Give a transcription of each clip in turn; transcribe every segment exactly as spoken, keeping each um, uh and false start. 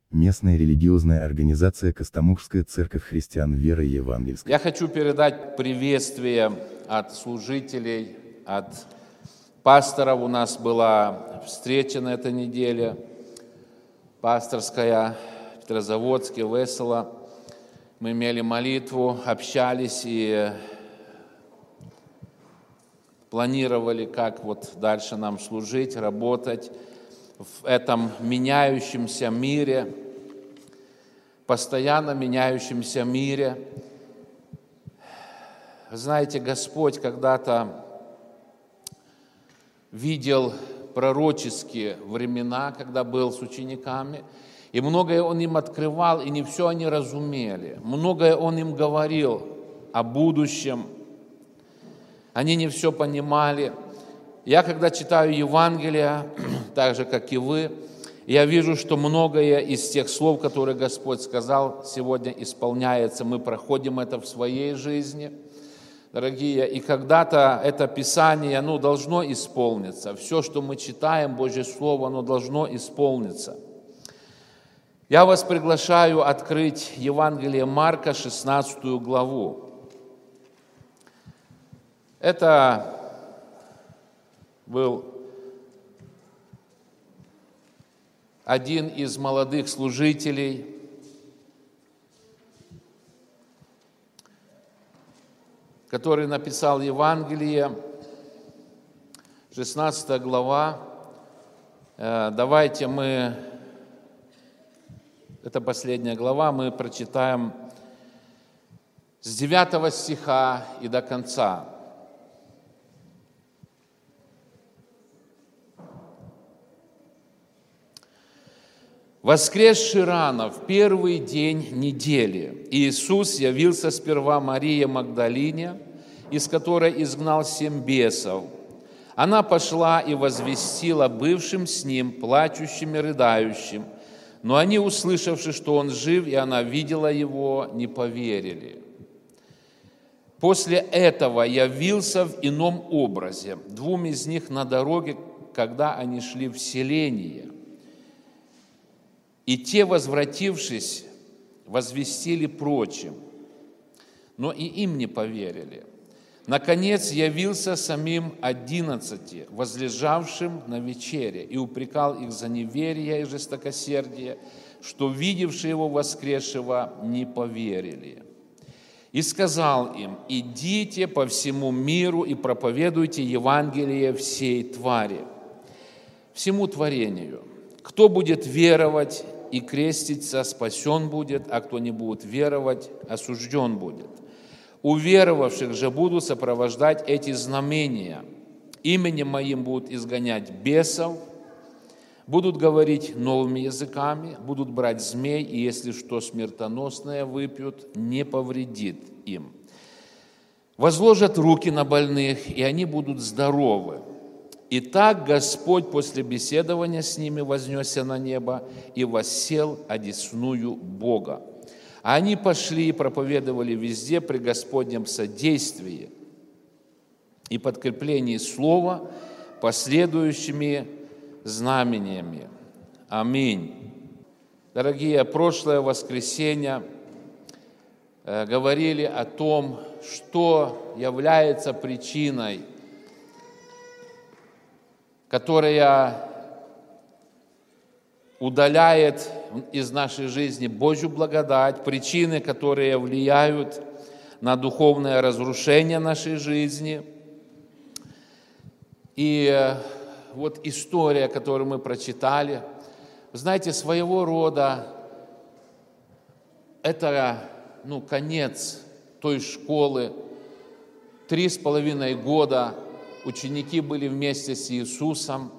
местная религиозная организация Костомукшская церковь христиан веры евангельской. Я хочу передать приветствие от служителей, от пасторов. У нас была встреча на этой неделе, пасторская, в Петрозаводске, весело. Мы имели молитву, общались и планировали, как вот дальше нам служить, работать в этом меняющемся мире, постоянно меняющемся мире. Знаете, Господь когда-то видел пророческие времена, когда был с учениками, и многое Он им открывал, и не все они разумели. Многое Он им говорил о будущем. Они не все понимали. Я, когда читаю Евангелие, так же, как и вы, я вижу, что многое из тех слов, которые Господь сказал, сегодня исполняется. Мы проходим это в своей жизни, дорогие. И когда-то это Писание, оно должно исполниться. Все, что мы читаем, Божье Слово, оно должно исполниться. Я вас приглашаю открыть Евангелие Марка, шестнадцатую главу. Это был один из молодых служителей, который написал Евангелие, шестнадцатая глава. Давайте мы, это последняя глава, мы прочитаем с девятого стиха и до конца. Воскресший рано, в первый день недели, Иисус явился сперва Марии Магдалине, из которой изгнал семь бесов. Она пошла и возвестила бывшим с ним, плачущим и рыдающим. Но они, услышавши, что он жив, и она видела его, не поверили. После этого явился в ином образе двум из них на дороге, когда они шли в селение. И те, возвратившись, возвестили прочим, но и им не поверили. Наконец явился самим одиннадцати, возлежавшим на вечере, и упрекал их за неверие и жестокосердие, что, видевшие его воскресшего, не поверили. И сказал им: идите по всему миру и проповедуйте Евангелие всей твари, всему творению. Кто будет веровать и креститься, спасен будет, а кто не будет веровать, осужден будет. Уверовавших же будут сопровождать эти знамения. Именем моим будут изгонять бесов, будут говорить новыми языками, будут брать змей, и если что смертоносное выпьют, не повредит им. Возложат руки на больных, и они будут здоровы. Итак, Господь после беседования с ними вознесся на небо и воссел одесную Бога. А они пошли и проповедовали везде при Господнем содействии и подкреплении слова последующими знамениями. Аминь. Дорогие, прошлое воскресенье э, говорили о том, что является причиной, которая удаляет из нашей жизни Божью благодать, причины, которые влияют на духовное разрушение нашей жизни. И вот история, которую мы прочитали, вы знаете, своего рода это, ну, конец той школы. Три с половиной года ученики были вместе с Иисусом.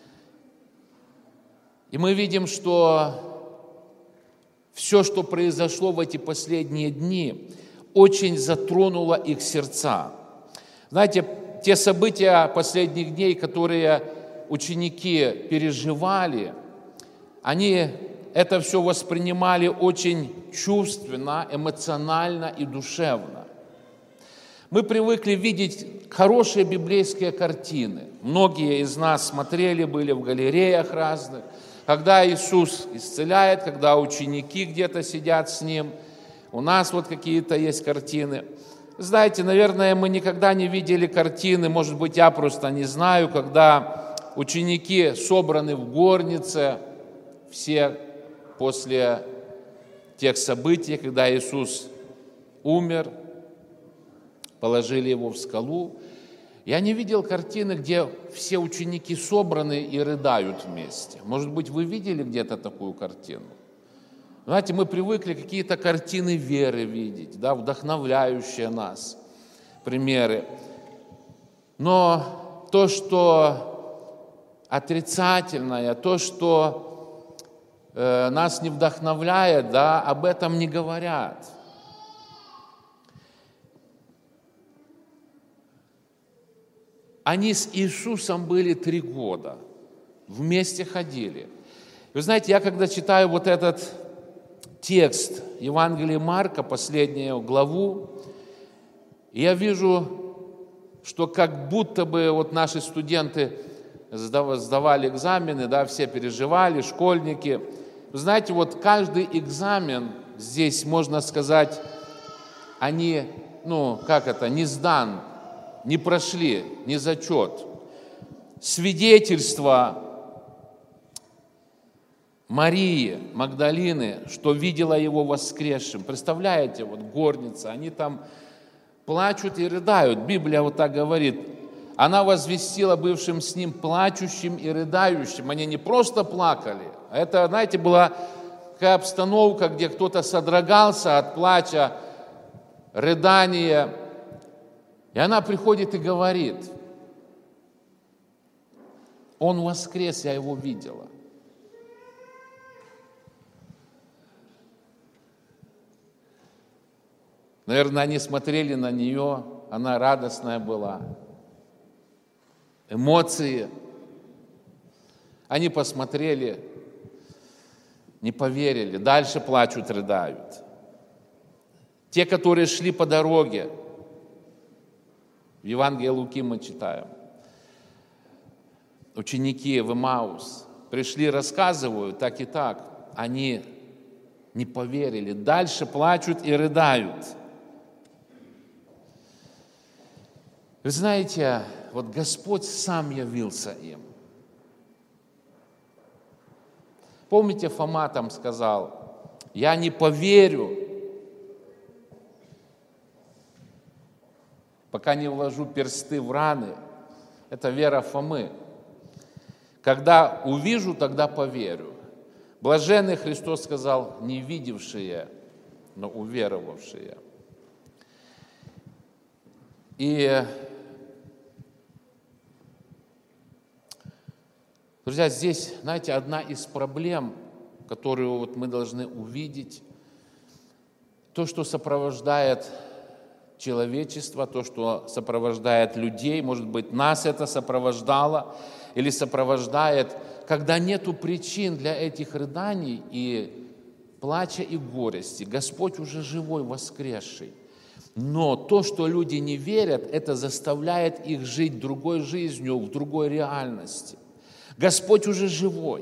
И мы видим, что все, что произошло в эти последние дни, очень затронуло их сердца. Знаете, те события последних дней, которые ученики переживали, они это все воспринимали очень чувственно, эмоционально и душевно. Мы привыкли видеть хорошие библейские картины. Многие из нас смотрели, были в галереях разных, Когда Иисус исцеляет, когда ученики где-то сидят с Ним, у нас вот какие-то есть картины. Знаете, наверное, мы никогда не видели картины, может быть, я просто не знаю, когда ученики собраны в горнице, все после тех событий, когда Иисус умер, положили Его в скалу. Я не видел картины, где все ученики собраны и рыдают вместе. Может быть, вы видели где-то такую картину? Знаете, мы привыкли какие-то картины веры видеть, да, вдохновляющие нас, примеры. Но то, что отрицательное, то, что э, нас не вдохновляет, да, об этом не говорят. Они с Иисусом были три года, вместе ходили. Вы знаете, я когда читаю вот этот текст Евангелия Марка, последнюю главу, я вижу, что как будто бы вот наши студенты сдавали экзамены, да, все переживали, школьники. Вы знаете, вот каждый экзамен здесь, можно сказать, они, ну, как это, не сдан, не прошли, не зачет. Свидетельство Марии Магдалины, что видела Его воскресшим. Представляете, вот горница, они там плачут и рыдают. Библия вот так говорит. Она возвестила бывшим с Ним плачущим и рыдающим. Они не просто плакали, а это, знаете, была такая обстановка, где кто-то содрогался от плача, рыдания. И она приходит и говорит: Он воскрес, я Его видела. Наверное, они смотрели на нее, она радостная была. Эмоции. Они посмотрели, не поверили, дальше плачут, рыдают. Те, которые шли по дороге, в Евангелии Луки мы читаем, ученики в Эмаус пришли, рассказывают, так и так, они не поверили, дальше плачут и рыдают. Вы знаете, вот Господь сам явился им. Помните, Фома там сказал: я не поверю, пока не вложу персты в раны. Это вера Фомы. Когда увижу, тогда поверю. Блаженны, Христос сказал, не видевшие, но уверовавшие. И, друзья, здесь, знаете, одна из проблем, которую вот мы должны увидеть, то, что сопровождает человечество, то, что сопровождает людей, может быть, нас это сопровождало или сопровождает, когда нету причин для этих рыданий и плача и горести. Господь уже живой, воскресший. Но то, что люди не верят, это заставляет их жить другой жизнью, в другой реальности. Господь уже живой.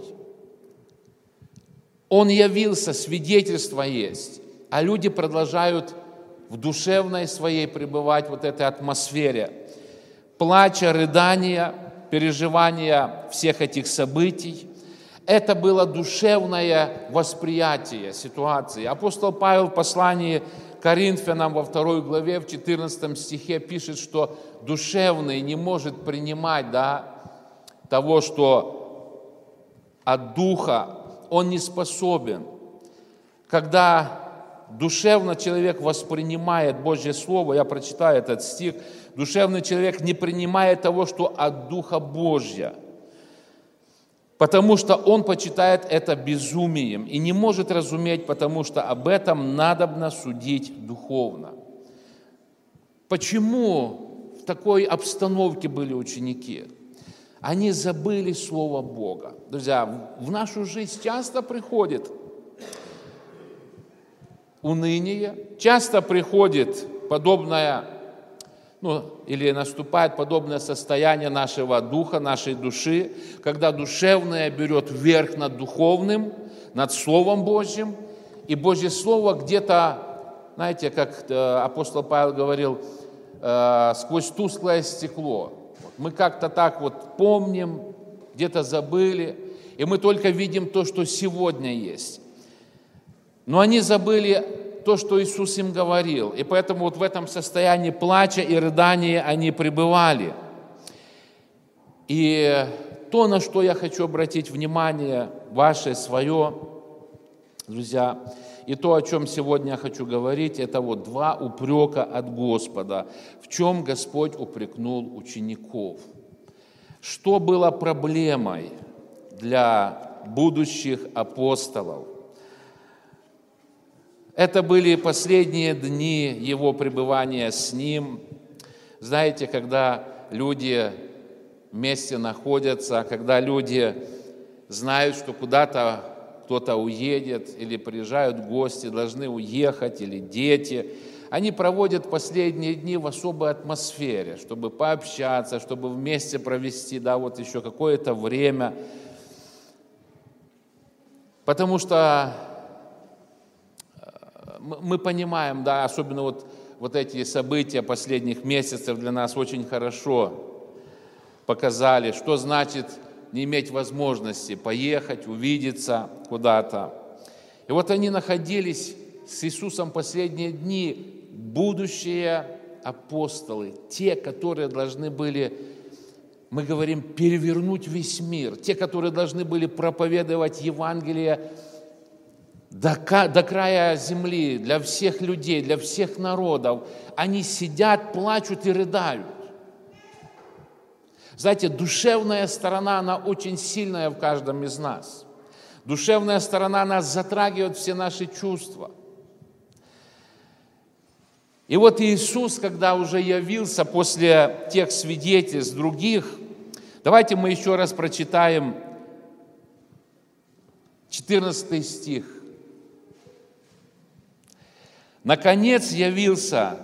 Он явился, свидетельство есть, а люди продолжают в душевной своей пребывать вот этой атмосфере плача, рыдания, переживания всех этих событий. Это было душевное восприятие ситуации. Апостол Павел в послании к Коринфянам во второй главе, в четырнадцатом стихе пишет, что душевный не может принимать, да, того, что от Духа, он не способен. Когда душевно человек воспринимает Божье Слово, я прочитаю этот стих, душевный человек не принимает того, что от Духа Божья, потому что он почитает это безумием и не может разуметь, потому что об этом надобно судить духовно. Почему в такой обстановке были ученики? Они забыли Слово Бога. Друзья, в нашу жизнь часто приходит уныние, часто приходит подобное ну, или наступает подобное состояние нашего духа, нашей души, когда душевное берет верх над духовным, над Словом Божьим, и Божье Слово где-то, знаете, как апостол Павел говорил, сквозь тусклое стекло. Мы как-то так вот помним, где-то забыли, и мы только видим то, что сегодня есть. Но они забыли то, что Иисус им говорил, и поэтому вот в этом состоянии плача и рыдания они пребывали. И то, на что я хочу обратить внимание ваше, свое, друзья, и то, о чем сегодня я хочу говорить, это вот два упрека от Господа, в чем Господь упрекнул учеников. Что было проблемой для будущих апостолов? Это были последние дни его пребывания с ним. Знаете, когда люди вместе находятся, когда люди знают, что куда-то кто-то уедет, или приезжают гости, должны уехать, или дети, они проводят последние дни в особой атмосфере, чтобы пообщаться, чтобы вместе провести, да, вот еще какое-то время. Потому что мы понимаем, да, особенно вот, вот эти события последних месяцев для нас очень хорошо показали, что значит не иметь возможности поехать, увидеться куда-то. И вот они находились с Иисусом последние дни, будущие апостолы, те, которые должны были, мы говорим, перевернуть весь мир, те, которые должны были проповедовать Евангелие До, до края земли, для всех людей, для всех народов. Они сидят, плачут и рыдают. Знаете, душевная сторона, она очень сильная в каждом из нас. Душевная сторона нас затрагивает все наши чувства. И вот Иисус, когда уже явился после тех свидетельств других, давайте мы еще раз прочитаем четырнадцатый стих. Наконец явился,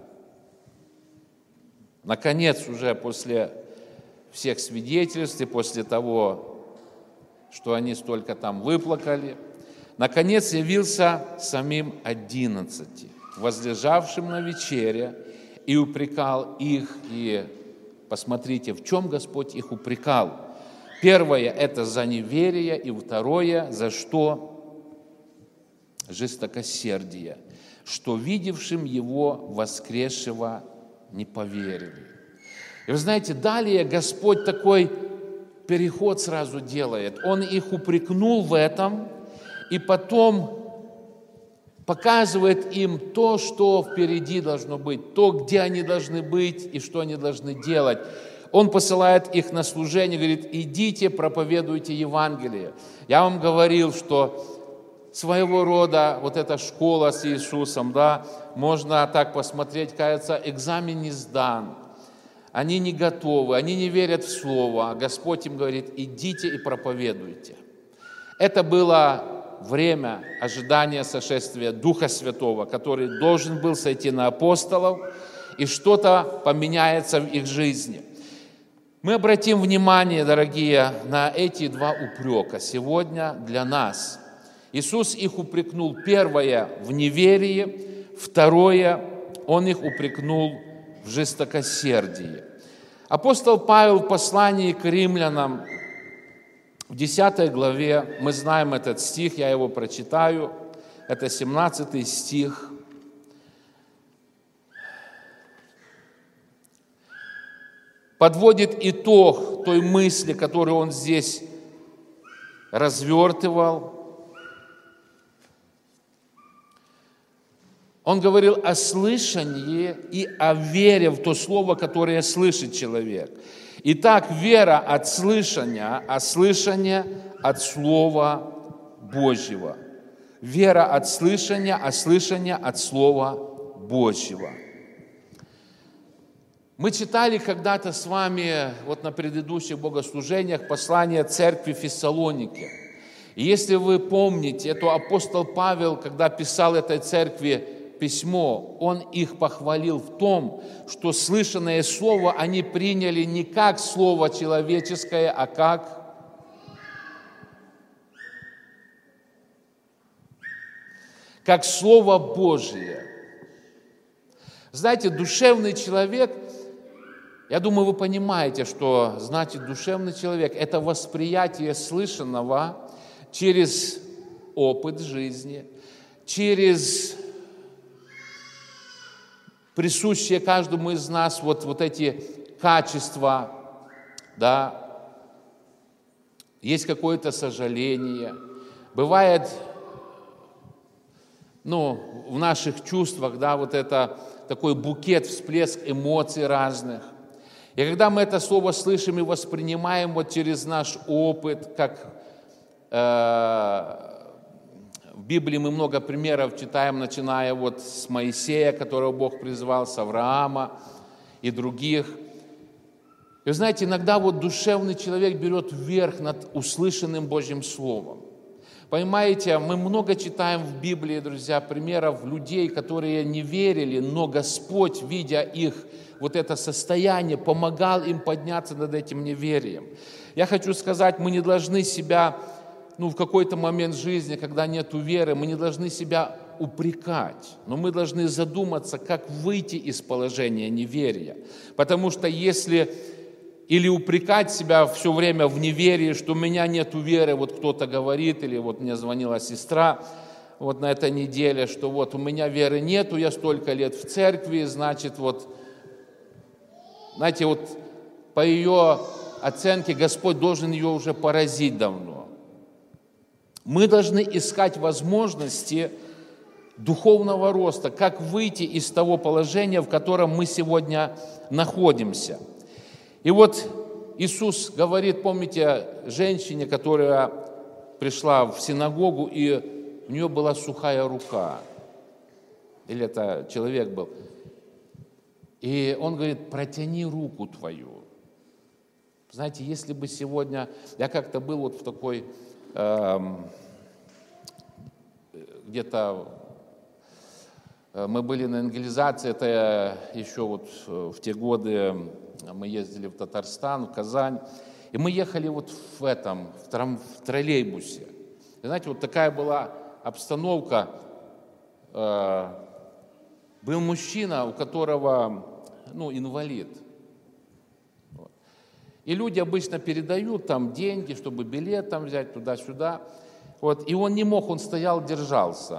наконец уже после всех свидетельств и после того, что они столько там выплакали, наконец явился самим одиннадцати, возлежавшим на вечере, и упрекал их. И посмотрите, в чем Господь их упрекал. Первое – это за неверие, и второе – за что? Жестокосердие, что видевшим Его воскресшего не поверили. И вы знаете, далее Господь такой переход сразу делает. Он их упрекнул в этом, и потом показывает им то, что впереди должно быть, то, где они должны быть и что они должны делать. Он посылает их на служение, говорит: идите, проповедуйте Евангелие. Я вам говорил, что своего рода вот эта школа с Иисусом, да, можно так посмотреть, кажется, экзамен не сдан, они не готовы, они не верят в Слово, а Господь им говорит: идите и проповедуйте. Это было время ожидания сошествия Духа Святого, который должен был сойти на апостолов, и что-то поменяется в их жизни. Мы обратим внимание, дорогие, на эти два упрека сегодня для нас. Иисус их упрекнул, первое, в неверии, второе, Он их упрекнул в жестокосердии. Апостол Павел в послании к римлянам в десятой главе, мы знаем этот стих, я его прочитаю, это семнадцатый стих. Подводит итог той мысли, которую он здесь развертывал. Он говорил о слышании и о вере в то слово, которое слышит человек. Итак, вера от слышания, а слышание от Слова Божьего. Вера от слышания, а слышание от Слова Божьего. Мы читали когда-то с вами, вот на предыдущих богослужениях, послание церкви Фессалоники. И если вы помните, это апостол Павел, когда писал этой церкви письмо, он их похвалил в том, что слышанное слово они приняли не как слово человеческое, а как как Слово Божие. Знаете, душевный человек, я думаю, вы понимаете, что значит душевный человек. Это восприятие слышанного через опыт жизни, через присущие каждому из нас вот, вот эти качества, да, есть какое-то сожаление, бывает, ну, в наших чувствах, да, вот это такой букет, всплеск эмоций разных. И когда мы это слово слышим и воспринимаем вот через наш опыт, как э, в Библии мы много примеров читаем, начиная вот с Моисея, которого Бог призвал, с Авраама и других. И вы знаете, иногда вот душевный человек берет вверх над услышанным Божьим Словом. Понимаете, мы много читаем в Библии, друзья, примеров людей, которые не верили, но Господь, видя их вот это состояние, помогал им подняться над этим неверием. Я хочу сказать, мы не должны себя, ну, в какой-то момент жизни, когда нет веры, мы не должны себя упрекать, но мы должны задуматься, как выйти из положения неверия. Потому что если или упрекать себя все время в неверии, что у меня нет веры, вот кто-то говорит, или вот мне звонила сестра вот на этой неделе, что вот у меня веры нету, я столько лет в церкви, значит, вот, знаете, вот по ее оценке Господь должен ее уже поразить давно. Мы должны искать возможности духовного роста, как выйти из того положения, в котором мы сегодня находимся. И вот Иисус говорит, помните, женщине, которая пришла в синагогу, и у нее была сухая рука. Или это человек был. И он говорит, протяни руку твою. Знаете, если бы сегодня... Я как-то был вот в такой... Э, где-то... Мы были на евангелизации, это еще вот в те годы... Мы ездили в Татарстан, в Казань, и мы ехали вот в этом, в, трам, в троллейбусе. И знаете, вот такая была обстановка. Э, был мужчина, у которого, ну, инвалид. Вот. И люди обычно передают там деньги, чтобы билет там взять туда-сюда. Вот. И он не мог, он стоял, держался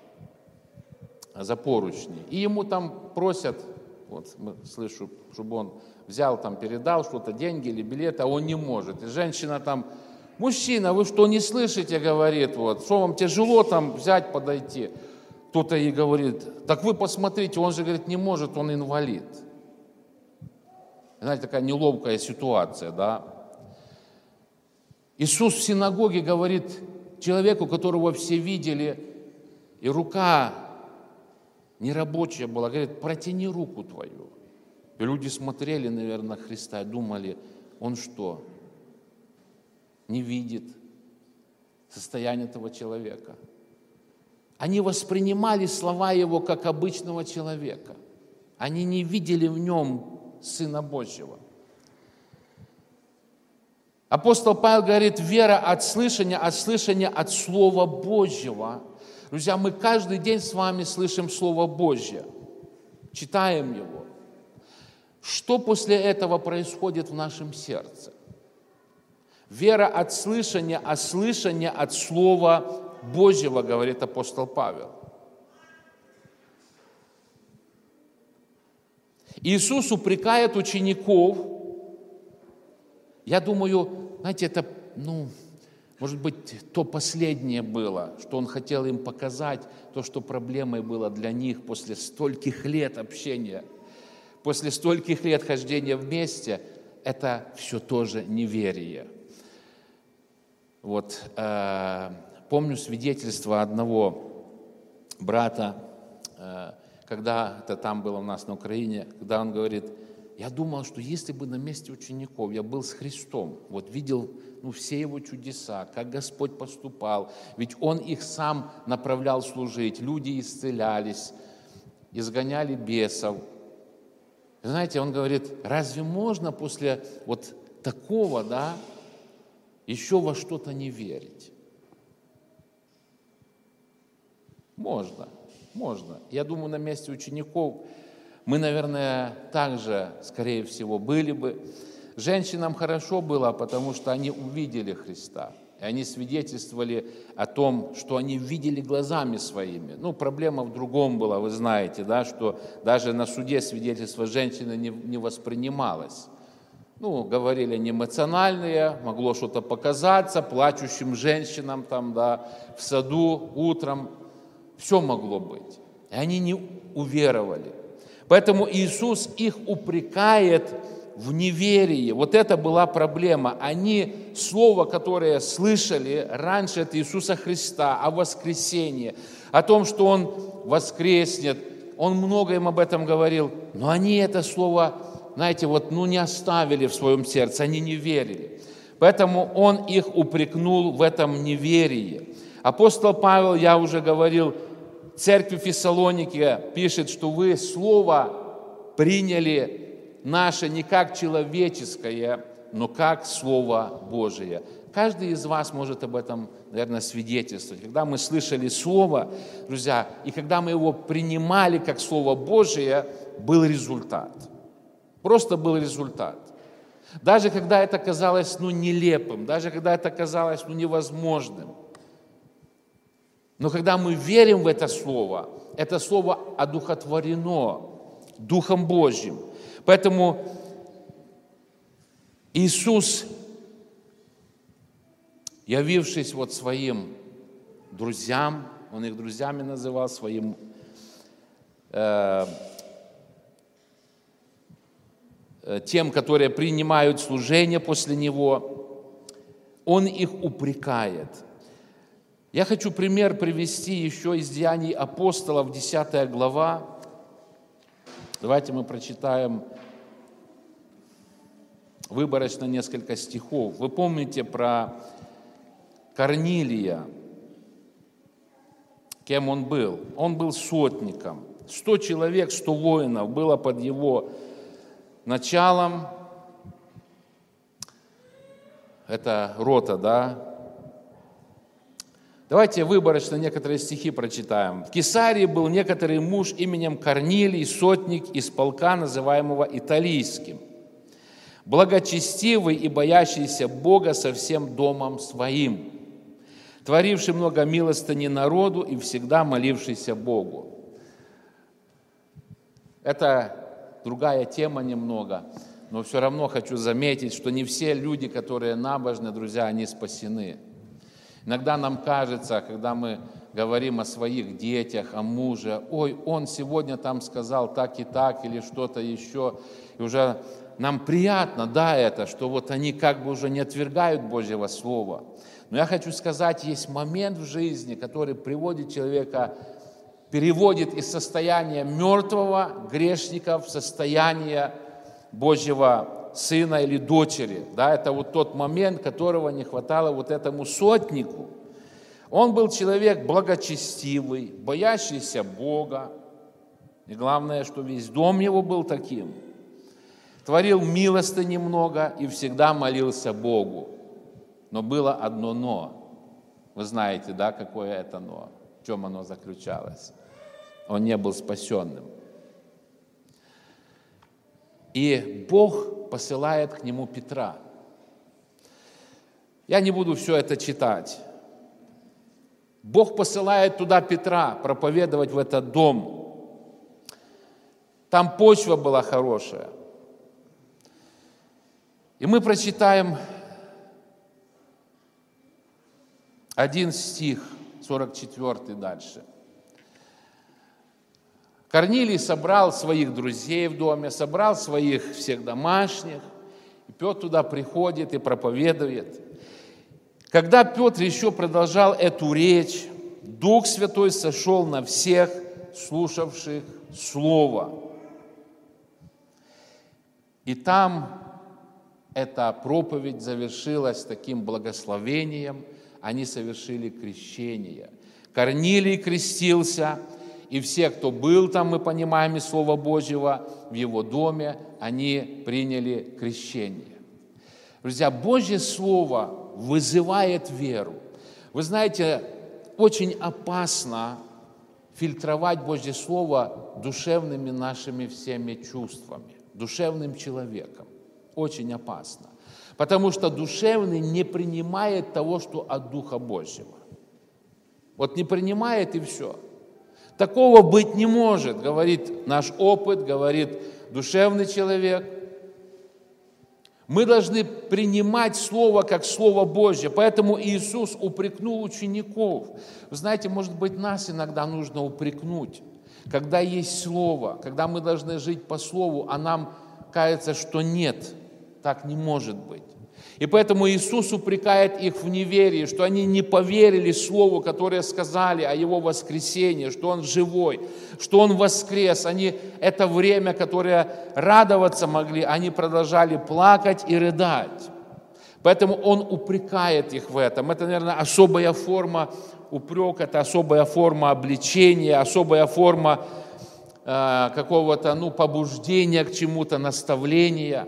за поручни. И ему там просят, вот слышу, чтобы он взял там, передал что-то, деньги или билеты, а он не может. И женщина там, мужчина, вы что, не слышите, говорит, вот, что вам тяжело там взять, подойти? Кто-то ей говорит, так вы посмотрите, он же, говорит, не может, он инвалид. Знаете, такая неловкая ситуация, да? Иисус в синагоге говорит человеку, которого все видели, и рука нерабочая была, говорит, протяни руку твою. И люди смотрели, наверное, на Христа и думали, он что, не видит состояние этого человека? Они воспринимали слова его как обычного человека. Они не видели в нем Сына Божьего. Апостол Павел говорит, вера от слышания, от слышания от Слова Божьего. Друзья, мы каждый день с вами слышим Слово Божье, читаем его. Что после этого происходит в нашем сердце? Вера от слышания, а слышание от Слова Божьего, говорит апостол Павел. Иисус упрекает учеников. Я думаю, знаете, это, ну, может быть, то последнее было, что Он хотел им показать, то, что проблемой было для них после стольких лет общения, после стольких лет хождения вместе, это все тоже неверие. Вот, э, помню свидетельство одного брата, э, когда это там было у нас на Украине, когда он говорит, я думал, что если бы на месте учеников я был с Христом, вот видел, ну, все его чудеса, как Господь поступал, ведь Он их сам направлял служить, люди исцелялись, изгоняли бесов. Знаете, он говорит, разве можно после вот такого, да, еще во что-то не верить? Можно, можно. Я думаю, на месте учеников мы, наверное, также, скорее всего, были бы. Женщинам хорошо было, потому что они увидели Христа. И они свидетельствовали о том, что они видели глазами своими. Ну, проблема в другом была, вы знаете, да, что даже на суде свидетельство женщины не, не воспринималось. Ну, говорили они эмоциональные, могло что-то показаться, плачущим женщинам там, да, в саду утром. Все могло быть. И они не уверовали. Поэтому Иисус их упрекает в неверии. Вот это была проблема. Они слово, которое слышали раньше от Иисуса Христа о воскресении, о том, что Он воскреснет, Он много им об этом говорил, но они это слово, знаете, вот, ну, не оставили в своем сердце, они не верили. Поэтому Он их упрекнул в этом неверии. Апостол Павел, я уже говорил, церкви Фессалоники пишет, что вы слово приняли наше не как человеческое, но как Слово Божие. Каждый из вас может об этом, наверное, свидетельствовать. Когда мы слышали Слово, друзья, и когда мы его принимали как Слово Божие, был результат. Просто был результат. Даже когда это казалось, ну, нелепым, даже когда это казалось, ну, невозможным. Но когда мы верим в это Слово, это Слово одухотворено Духом Божьим. Поэтому Иисус, явившись вот своим друзьям, Он их друзьями называл, своим э, тем, которые принимают служение после Него, Он их упрекает. Я хочу пример привести еще из Деяний апостолов, десятая глава. Давайте мы прочитаем выборочно несколько стихов. Вы помните про Корнилия, кем он был? Он был сотником. Сто человек, сто воинов было под его началом. Это рота, да? Давайте выборочно некоторые стихи прочитаем. В Кесарии был некоторый муж именем Корнилий, сотник из полка, называемого Италийским, благочестивый и боящийся Бога со всем домом своим, творивший много милостыни народу и всегда молившийся Богу. Это другая тема немного, но все равно хочу заметить, что не все люди, которые набожны, друзья, они спасены. Иногда нам кажется, когда мы говорим о своих детях, о муже, ой, он сегодня там сказал так и так или что-то еще, и уже нам приятно, да, это, что вот они как бы уже не отвергают Божьего Слова. Но я хочу сказать, есть момент в жизни, который приводит человека, переводит из состояния мертвого грешника в состояние Божьего сына или дочери. Да, это вот тот момент, которого не хватало вот этому сотнику. Он был человек благочестивый, боящийся Бога. И главное, что весь дом его был таким. Творил милостыни много и всегда молился Богу. Но было одно «но». Вы знаете, да, какое это «но», в чем оно заключалось. Он не был спасенным. И Бог посылает к нему Петра. Я не буду все это читать. Бог посылает туда Петра проповедовать в этот дом. Там почва была хорошая. И мы прочитаем один стих, сорок четвёртый дальше. Корнилий собрал своих друзей в доме, собрал своих всех домашних, и Петр туда приходит и проповедует. Когда Петр еще продолжал эту речь, Дух Святой сошел на всех, слушавших Слово. И там эта проповедь завершилась таким благословением, они совершили крещение. Корнилий крестился, И все, кто был там, мы понимаем, из Слова Божьего, в его доме, они приняли крещение. Друзья, Божье Слово вызывает веру. Вы знаете, очень опасно фильтровать Божье Слово душевными нашими всеми чувствами, душевным человеком. Очень опасно. Потому что душевный не принимает того, что от Духа Божьего. Вот не принимает и все. Такого быть не может, говорит наш опыт, говорит душевный человек. Мы должны принимать Слово как Слово Божье. Поэтому Иисус упрекнул учеников. Вы знаете, может быть, нас иногда нужно упрекнуть, когда есть Слово, когда мы должны жить по Слову, а нам кажется, что нет, так не может быть. И поэтому Иисус упрекает их в неверии, что они не поверили Слову, которое сказали о Его воскресении, что Он живой, что Он воскрес. Они это время, которое радоваться могли, они продолжали плакать и рыдать. Поэтому Он упрекает их в этом. Это, наверное, особая форма упрека, это особая форма обличения, особая форма э, какого-то ну, побуждения к чему-то, наставления.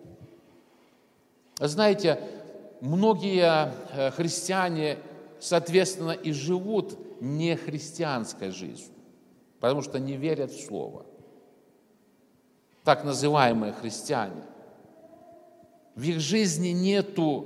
Знаете, многие христиане, соответственно, и живут не христианской жизнью, потому что не верят в Слово. Так называемые христиане. В их жизни нету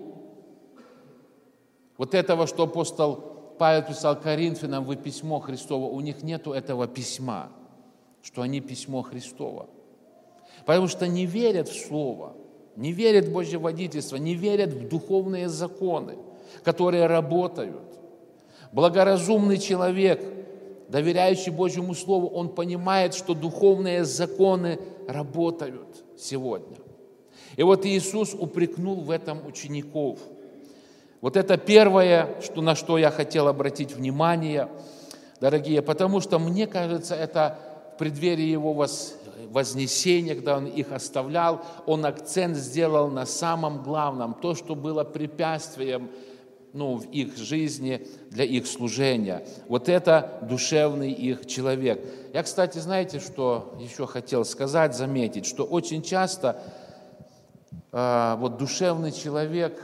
вот этого, что апостол Павел писал Коринфянам в письмо Христово. У них нету этого письма, что они письмо Христово. Потому что не верят в Слово. Не верят в Божье водительство, не верят в духовные законы, которые работают. Благоразумный человек, доверяющий Божьему Слову, он понимает, что духовные законы работают сегодня. И вот Иисус упрекнул в этом учеников. Вот это первое, что, на что я хотел обратить внимание, дорогие, потому что, мне кажется, это в преддверии Его воскресения, вознесения, когда Он их оставлял, Он акцент сделал на самом главном, то, что было препятствием ну, в их жизни, для их служения. Вот это душевный их человек. Я, кстати, знаете, что еще хотел сказать, заметить, что очень часто э, вот душевный человек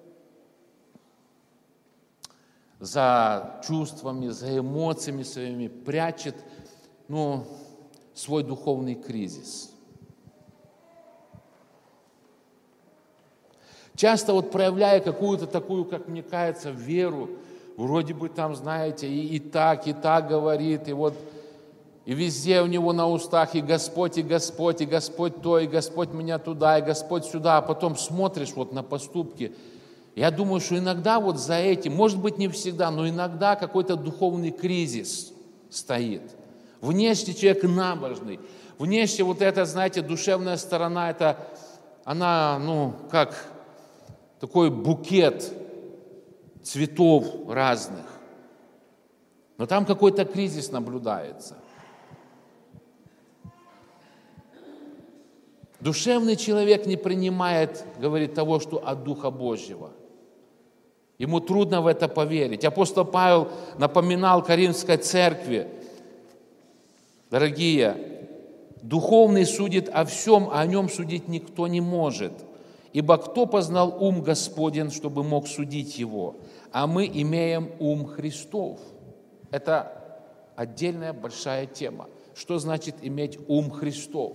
за чувствами, за эмоциями своими прячет, ну, свой духовный кризис. Часто вот проявляя какую-то такую, как мне кажется, веру, вроде бы там, знаете, и, и так, и так говорит, и вот и везде у него на устах и Господь, и Господь, и Господь то, и Господь меня туда, и Господь сюда, а потом смотришь вот на поступки. Я думаю, что иногда вот за этим, может быть, не всегда, но иногда какой-то духовный кризис стоит. Внешне человек набожный. Внешне вот эта, знаете, душевная сторона, это она, ну, как такой букет цветов разных. Но там какой-то кризис наблюдается. Душевный человек не принимает, говорит, того, что от Духа Божьего. Ему трудно в это поверить. Апостол Павел напоминал Коринфской церкви, дорогие, духовный судит о всем, а о нем судить никто не может. Ибо кто познал ум Господен, чтобы мог судить его? А мы имеем ум Христов. Это отдельная большая тема. Что значит иметь ум Христов?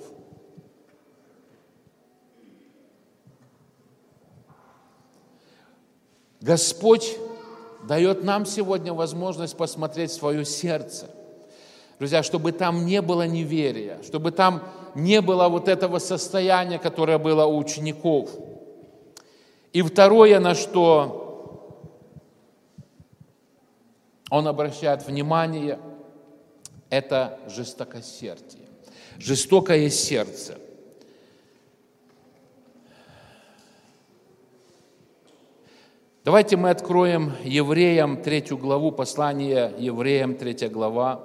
Господь дает нам сегодня возможность посмотреть в свое сердце. Друзья, чтобы там не было неверия, чтобы там не было вот этого состояния, которое было у учеников. И второе, на что он обращает внимание, это жестокосердие, жестокое сердце. Давайте мы откроем Евреям третью главу, послание Евреям, третья глава.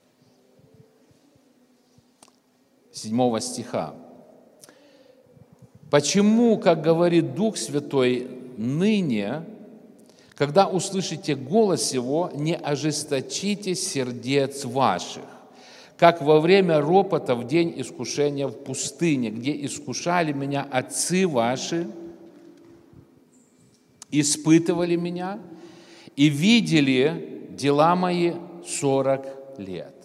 седьмого стиха. Почему, как говорит Дух Святой, ныне, когда услышите голос Его, не ожесточите сердец ваших, как во время ропота в день искушения в пустыне, где искушали меня отцы ваши, испытывали меня и видели дела мои сорок лет.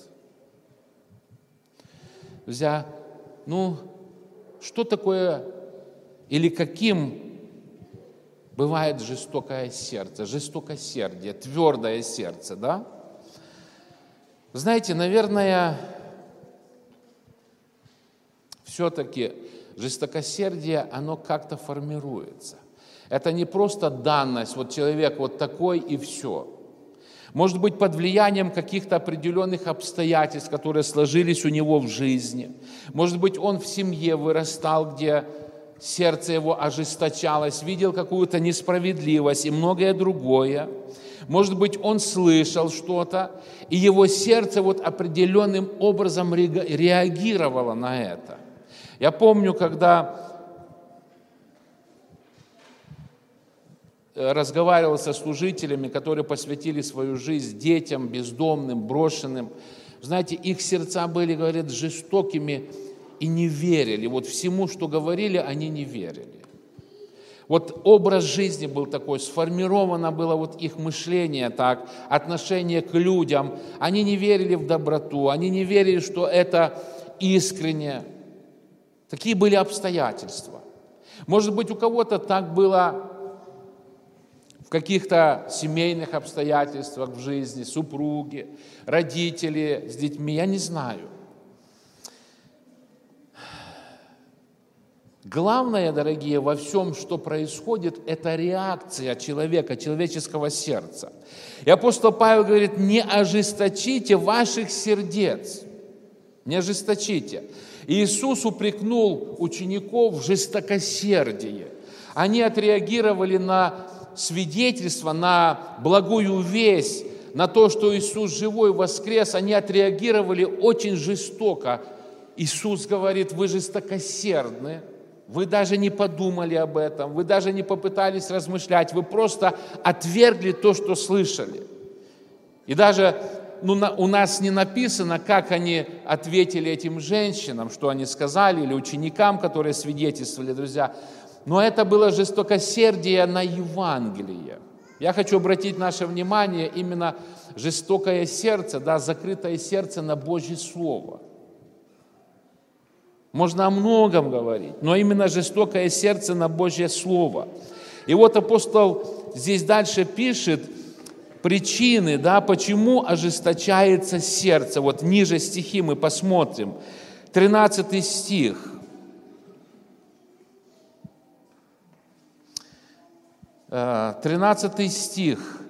Друзья, ну, что такое или каким бывает жестокое сердце, жестокосердие, твердое сердце, да? Знаете, наверное, все-таки жестокосердие, оно как-то формируется. Это не просто данность, вот человек вот такой и все. Может быть, под влиянием каких-то определенных обстоятельств, которые сложились у него в жизни. Может быть, он в семье вырастал, где сердце его ожесточалось, видел какую-то несправедливость и многое другое. Может быть, он слышал что-то, и его сердце вот определенным образом реагировало на это. Я помню, когда разговаривал со служителями, которые посвятили свою жизнь детям, бездомным, брошенным. Знаете, их сердца были, говорят, жестокими и не верили. Вот всему, что говорили, они не верили. Вот образ жизни был такой, сформировано было вот их мышление так, отношение к людям. Они не верили в доброту, они не верили, что это искренне. Такие были обстоятельства. Может быть, у кого-то так было в каких-то семейных обстоятельствах в жизни, супруги, родители с детьми, я не знаю. Главное, дорогие, во всем, что происходит, это реакция человека, человеческого сердца. И апостол Павел говорит, не ожесточите ваших сердец, не ожесточите. И Иисус упрекнул учеников в жестокосердии. Они отреагировали на свидетельство, на благую весть, на то, что Иисус живой воскрес, они отреагировали очень жестоко. Иисус говорит, вы жестокосердны, вы даже не подумали об этом, вы даже не попытались размышлять, вы просто отвергли то, что слышали. И даже ну, на, у нас не написано, как они ответили этим женщинам, что они сказали, или ученикам, которые свидетельствовали, друзья. Но это было жестокосердие на Евангелие. Я хочу обратить наше внимание именно жестокое сердце, да, закрытое сердце на Божье Слово. Можно о многом говорить, но именно жестокое сердце на Божье Слово. И вот апостол здесь дальше пишет причины, да, почему ожесточается сердце. Вот ниже стихи мы посмотрим. тринадцатый стих. тринадцатый стих.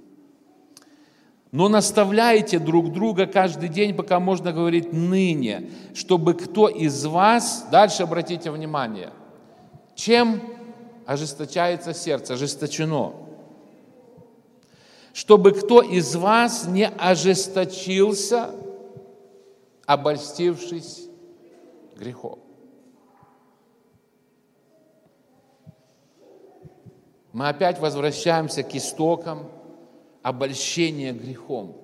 «Но наставляйте друг друга каждый день, пока можно говорить ныне, чтобы кто из вас...» Дальше обратите внимание. Чем ожесточается сердце? Ожесточено. «Чтобы кто из вас не ожесточился, обольстившись грехом». Мы опять возвращаемся к истокам обольщения грехом.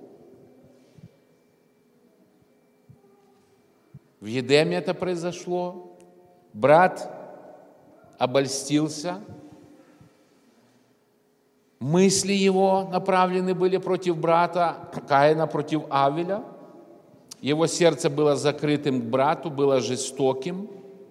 В Едеме это произошло. Брат обольстился. Мысли его направлены были против брата Каина, против Авеля. Его сердце было закрытым к брату, было жестоким.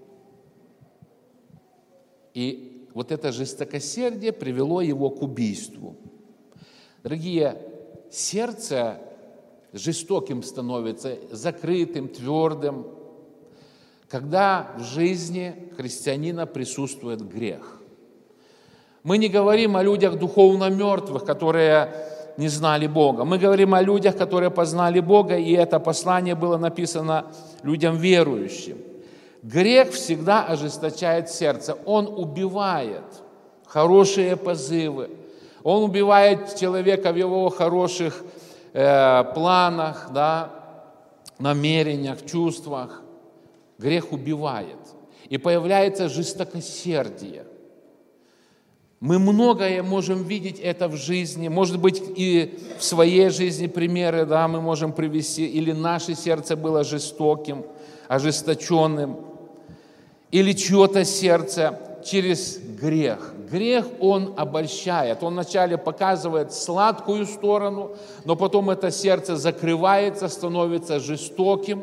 И вот это жестокосердие привело его к убийству. Дорогие, сердце жестоким становится, закрытым, твердым, когда в жизни христианина присутствует грех. Мы не говорим о людях духовно мертвых, которые не знали Бога. Мы говорим о людях, которые познали Бога, и это послание было написано людям верующим. Грех всегда ожесточает сердце. Он убивает хорошие позывы. Он убивает человека в его хороших э, планах, да, намерениях, чувствах. Грех убивает. и появляется жестокосердие. Мы многое можем видеть это в жизни, может быть, и в своей жизни примеры, да, мы можем привести, или наше сердце было жестоким, ожесточенным, или чье-то сердце через грех. Грех, он обольщает, он вначале показывает сладкую сторону, но потом это сердце закрывается, становится жестоким.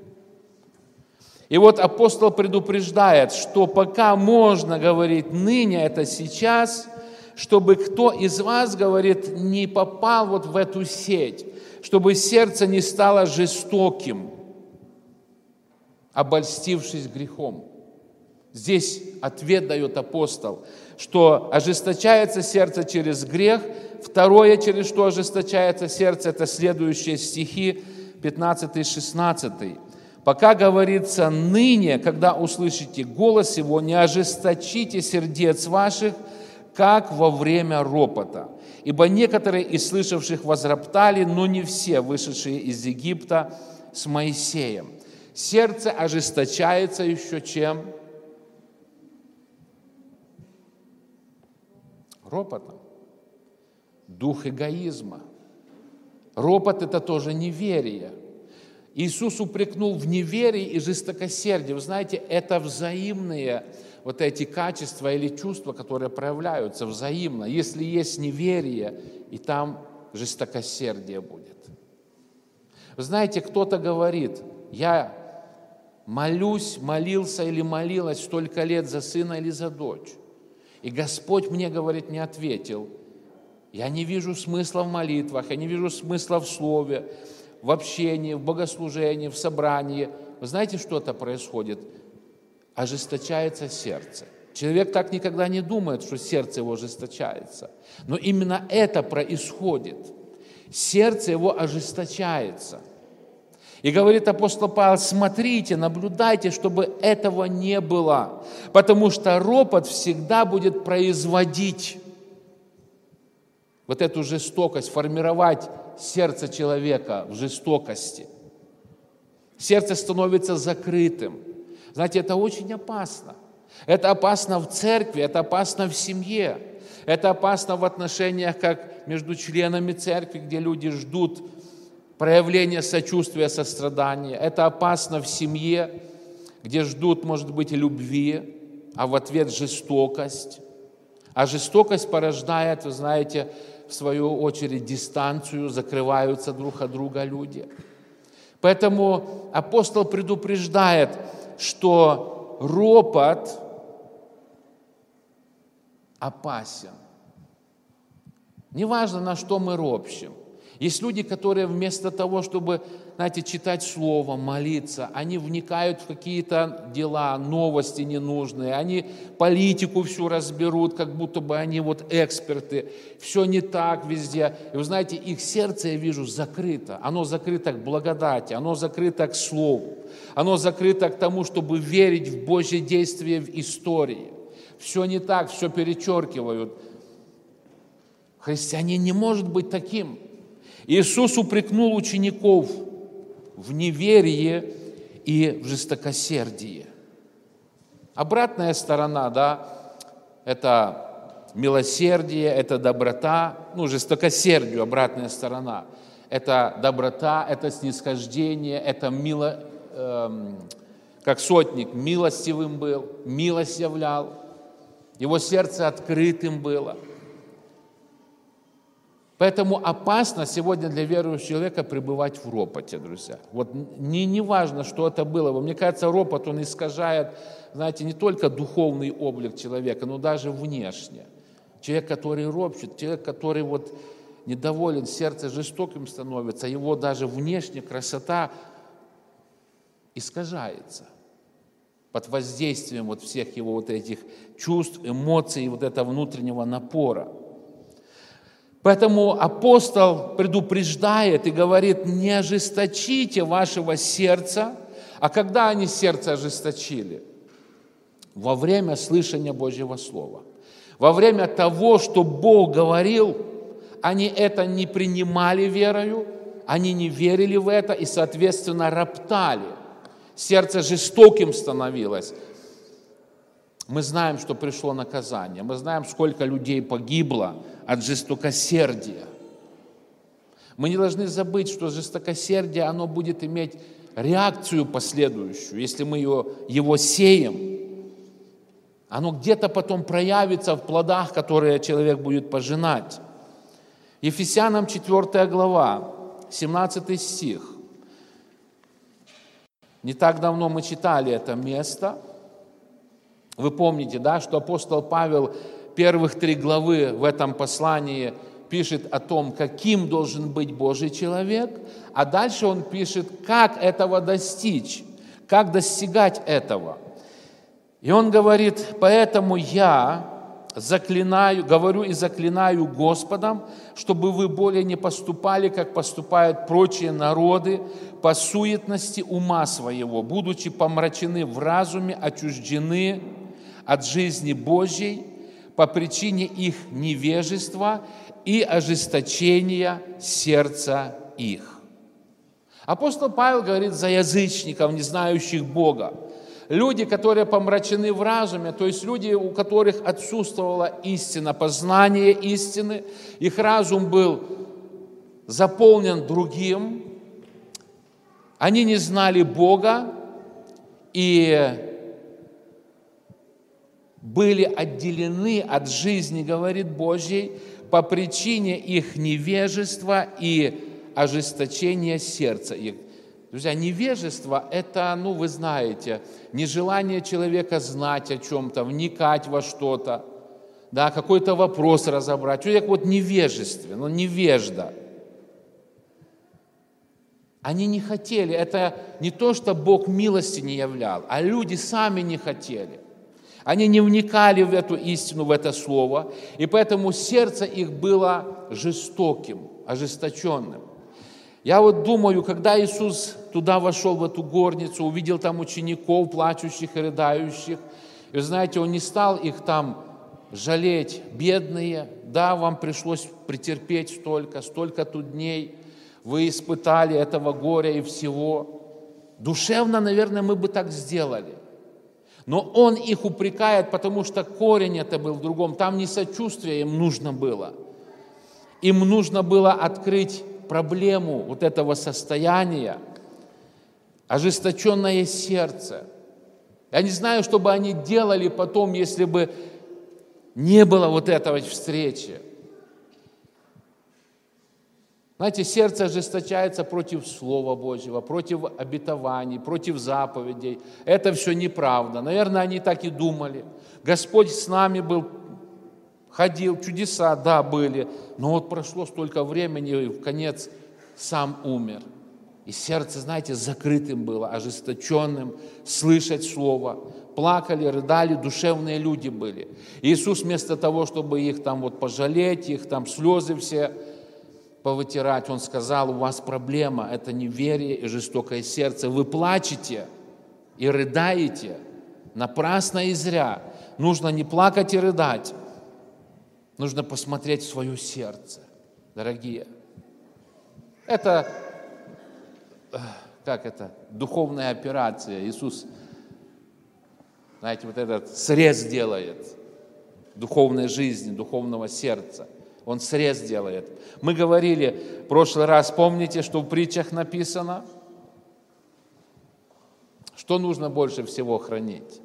И вот апостол предупреждает, что пока можно говорить ныне, это сейчас, чтобы кто из вас, говорит, не попал вот в эту сеть, чтобы сердце не стало жестоким, обольстившись грехом. Здесь ответ дает апостол, что ожесточается сердце через грех. Второе, через что ожесточается сердце, это следующие стихи, пятнадцатый шестнадцатый. Пока говорится ныне, когда услышите голос его, не ожесточите сердец ваших, как во время ропота. Ибо некоторые из слышавших возроптали, но не все, вышедшие из Египта с Моисеем. Сердце ожесточается еще чем? Ропотом. Дух эгоизма. Ропот – это тоже неверие. Иисус упрекнул в неверии и жестокосердии. Вы знаете, это взаимные вот эти качества или чувства, которые проявляются взаимно. Если есть неверие, и там жестокосердие будет. Вы знаете, кто-то говорит, я молюсь, молился или молилась столько лет за сына или за дочь. И Господь мне, говорит, не ответил. Я не вижу смысла в молитвах, я не вижу смысла в слове, в общении, в богослужении, в собрании. Вы знаете, что это происходит? Ожесточается сердце. Человек так никогда не думает, что сердце его ожесточается. Но именно это происходит. Сердце его ожесточается. И говорит апостол Павел, смотрите, наблюдайте, чтобы этого не было. Потому что ропот всегда будет производить вот эту жестокость, формировать сердце человека в жестокости. Сердце становится закрытым. Знаете, это очень опасно. Это опасно в церкви, это опасно в семье. Это опасно в отношениях как между членами церкви, где люди ждут проявления сочувствия, сострадания. Это опасно в семье, где ждут, может быть, любви, а в ответ жестокость. А жестокость порождает, вы знаете, в свою очередь дистанцию, закрываются друг от друга люди. Поэтому апостол предупреждает, что ропот опасен. Неважно, на что мы ропщим. Есть люди, которые вместо того, чтобы, знаете, читать Слово, молиться, они вникают в какие-то дела, новости ненужные, они политику всю разберут, как будто бы они вот эксперты, все не так везде. И вы знаете, их сердце, я вижу, закрыто. Оно закрыто к благодати, оно закрыто к Слову, оно закрыто к тому, чтобы верить в Божье действие в истории. Все не так, все перечеркивают. Христианин не может быть таким. Иисус упрекнул учеников в неверии и в жестокосердии. Обратная сторона, да, это милосердие, это доброта, ну, жестокосердию обратная сторона. Это доброта, это снисхождение, это мило, эм, как сотник милостивым был, милость являл, его сердце открытым было. Поэтому опасно сегодня для верующего человека пребывать в ропоте, друзья. Вот не, не важно, что это было. Мне кажется, ропот, он искажает, знаете, не только духовный облик человека, но даже внешне. Человек, который ропщет, человек, который вот недоволен, сердце жестоким становится, его даже внешняя красота искажается под воздействием вот всех его вот этих чувств, эмоций, вот этого внутреннего напора. Поэтому апостол предупреждает и говорит, не ожесточите вашего сердца. А когда они сердце ожесточили? Во время слышания Божьего Слова. Во время того, что Бог говорил, они это не принимали верою, они не верили в это и, соответственно, роптали. Сердце жестоким становилось. Мы знаем, что пришло наказание. Мы знаем, сколько людей погибло от жестокосердия. Мы не должны забыть, что жестокосердие, оно будет иметь реакцию последующую. Если мы его, его сеем, оно где-то потом проявится в плодах, которые человек будет пожинать. Ефесянам четвёртая глава, семнадцатый стих. Не так давно мы читали это место. Вы помните, да, что апостол Павел первых три главы в этом послании пишет о том, каким должен быть Божий человек, а дальше он пишет, как этого достичь, как достигать этого. И он говорит, поэтому я заклинаю, говорю и заклинаю Господом, чтобы вы более не поступали, как поступают прочие народы, по суетности ума своего, будучи помрачены в разуме, отчуждены от жизни Божьей по причине их невежества и ожесточения сердца их. Апостол Павел говорит за язычников, не знающих Бога. Люди, которые помрачены в разуме, то есть люди, у которых отсутствовала истина, познание истины, их разум был заполнен другим, они не знали Бога и были отделены от жизни, говорит Божьей, по причине их невежества и ожесточения сердца их. Друзья, невежество – это, ну, вы знаете, нежелание человека знать о чем-то, вникать во что-то, да, какой-то вопрос разобрать. Человек вот невежествен, он невежда. Они не хотели, это не то, что Бог милости не являл, а люди сами не хотели. Они не вникали в эту истину, в это слово, и поэтому сердце их было жестоким, ожесточенным. Я вот думаю, когда Иисус туда вошел, в эту горницу, увидел там учеников, плачущих и рыдающих, и, знаете, Он не стал их там жалеть, бедные, да, вам пришлось претерпеть столько, столько тут дней, вы испытали этого горя и всего. Душевно, наверное, мы бы так сделали. Но Он их упрекает, потому что корень это был в другом. Там не сочувствие им нужно было. Им нужно было открыть проблему вот этого состояния, ожесточенное сердце. Я не знаю, что бы они делали потом, если бы не было вот этого встречи. Знаете, сердце ожесточается против Слова Божьего, против обетований, против заповедей. Это все неправда. Наверное, они так и думали. Господь с нами был, ходил, чудеса, да, были. Но вот прошло столько времени, и в конец сам умер. И сердце, знаете, закрытым было, ожесточенным, слышать Слово. Плакали, рыдали, душевные люди были. И Иисус вместо того, чтобы их там вот пожалеть, их там слезы все повытирать, Он сказал, у вас проблема, это неверие и жестокое сердце. Вы плачете и рыдаете напрасно и зря. Нужно не плакать и рыдать. Нужно посмотреть в свое сердце, дорогие. Это, как это, духовная операция. Иисус, знаете, вот этот срез делает духовной жизни, духовного сердца. Он срез делает. Мы говорили в прошлый раз, помните, что в притчах написано? Что нужно больше всего хранить?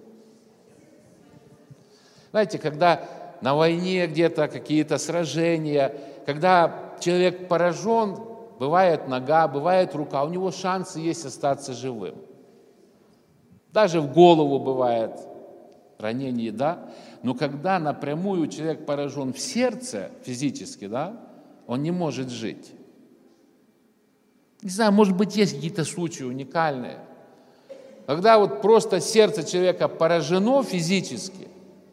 Знаете, когда на войне где-то какие-то сражения, когда человек поражен, бывает нога, бывает рука, у него шансы есть остаться живым. Даже в голову бывает ранение, да? Но когда напрямую человек поражен в сердце физически, да, он не может жить. Не знаю, может быть, есть какие-то случаи уникальные. Когда вот просто сердце человека поражено физически,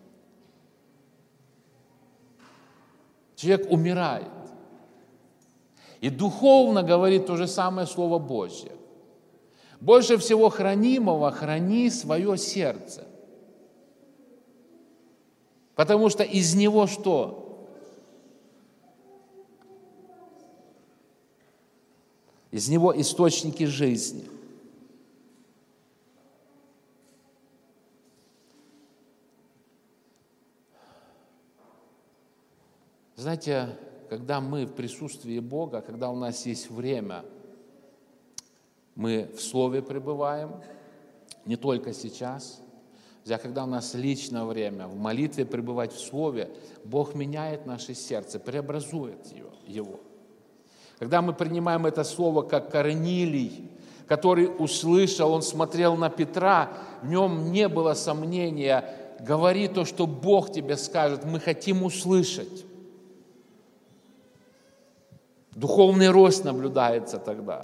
человек умирает. И духовно говорит то же самое Слово Божье. Больше всего хранимого храни свое сердце. Потому что из него что? Из него источники жизни. Знаете, когда мы в присутствии Бога, когда у нас есть время, мы в Слове пребываем, не только сейчас, а когда у нас личное время, в молитве пребывать в Слове, Бог меняет наше сердце, преобразует его. Когда мы принимаем это Слово, как Корнилий, который услышал, он смотрел на Петра, в нем не было сомнения, говори то, что Бог тебе скажет, мы хотим услышать. Духовный рост наблюдается тогда.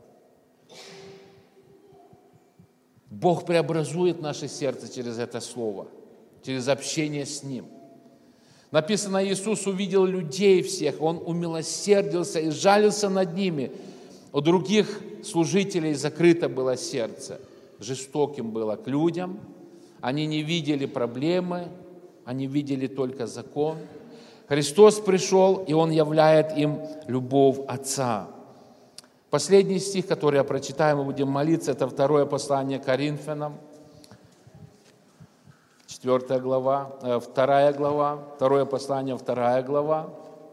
Бог преобразует наше сердце через это Слово, через общение с Ним. Написано, Иисус увидел людей всех, Он умилосердился и жалился над ними. У других служителей закрыто было сердце, жестоким было к людям. Они не видели проблемы, они видели только закон. Христос пришел, и Он являет им любовь Отца. Последний стих, который я прочитаю, мы будем молиться, это второе послание Коринфянам, четвертая глава, э, вторая глава, второе послание, вторая глава.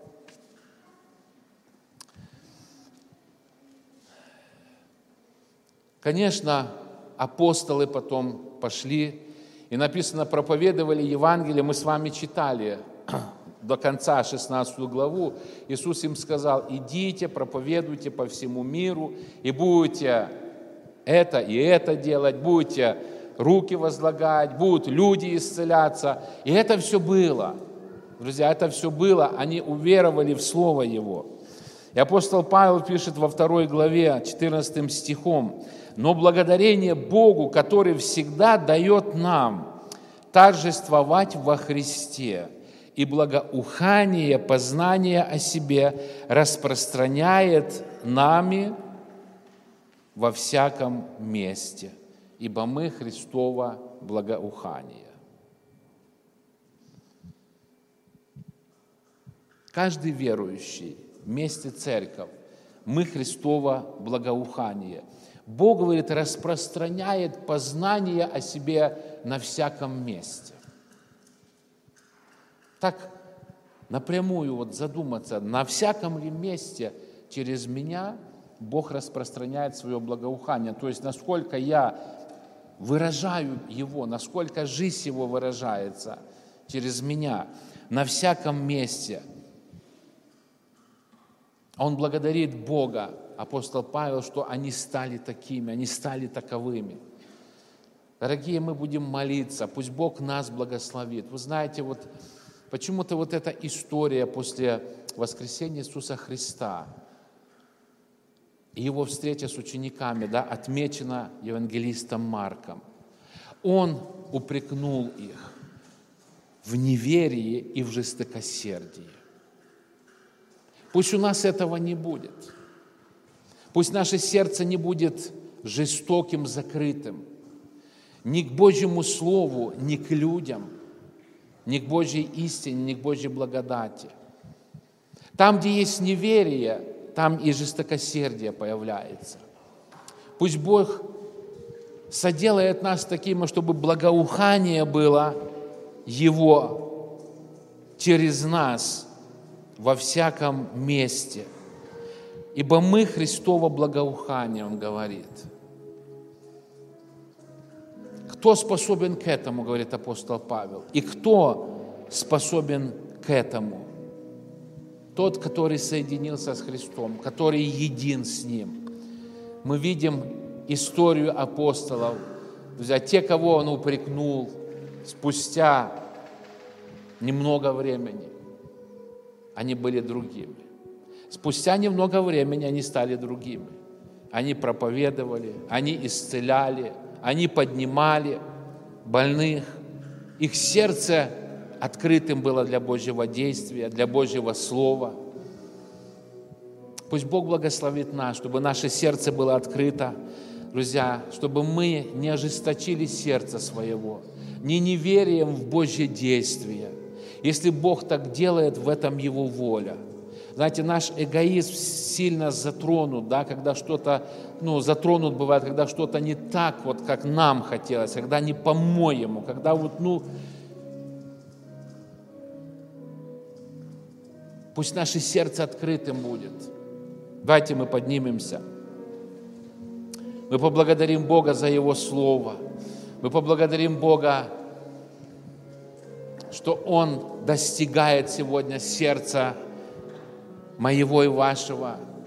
Конечно, апостолы потом пошли, и написано, проповедовали Евангелие, мы с вами читали до конца шестнадцатую главу, Иисус им сказал, идите, проповедуйте по всему миру, и будете это и это делать, будете руки возлагать, будут люди исцеляться. И это все было. Друзья, это все было, они уверовали в Слово Его. И апостол Павел пишет во второй главе, четырнадцатым стихом, «Но благодарение Богу, который всегда дает нам торжествовать во Христе, и благоухание, познание о себе распространяет нами во всяком месте, ибо мы Христово благоухание». Каждый верующий вместе церковь, мы Христово благоухание. Бог, говорит, распространяет познание о себе на всяком месте. Так напрямую вот задуматься, на всяком ли месте через меня Бог распространяет свое благоухание. То есть, насколько я выражаю Его, насколько жизнь Его выражается через меня, на всяком месте. Он благодарит Бога, апостол Павел, что они стали такими, они стали таковыми. Дорогие, мы будем молиться, пусть Бог нас благословит. Вы знаете, вот почему-то вот эта история после воскресения Иисуса Христа и Его встреча с учениками, да, отмечена евангелистом Марком. Он упрекнул их в неверии и в жестокосердии. Пусть у нас этого не будет. Пусть наше сердце не будет жестоким, закрытым. Ни к Божьему Слову, ни к людям, ни к Божьей истине, ни к Божьей благодати. Там, где есть неверие, там и жестокосердие появляется. Пусть Бог соделает нас такими, чтобы благоухание было Его через нас во всяком месте. Ибо мы Христово благоухание, Он говорит. Кто способен к этому, говорит апостол Павел? И кто способен к этому? Тот, который соединился с Христом, который един с Ним. Мы видим историю апостолов. Друзья, те, кого Он упрекнул, спустя немного времени, они были другими. Спустя немного времени они стали другими. Они проповедовали, они исцеляли, они поднимали больных. Их сердце открытым было для Божьего действия, для Божьего Слова. Пусть Бог благословит нас, чтобы наше сердце было открыто, друзья, чтобы мы не ожесточили сердце своего, не неверием в Божье действие. Если Бог так делает, в этом Его воля. Знаете, наш эгоизм сильно затронут, да, когда что-то, ну, затронут бывает, когда что-то не так, вот как нам хотелось, когда не по-моему, когда вот, ну, Пусть наше сердце открытым будет. Давайте мы поднимемся. Мы поблагодарим Бога за Его Слово. Мы поблагодарим Бога, что Он достигает сегодня сердца моего и вашего.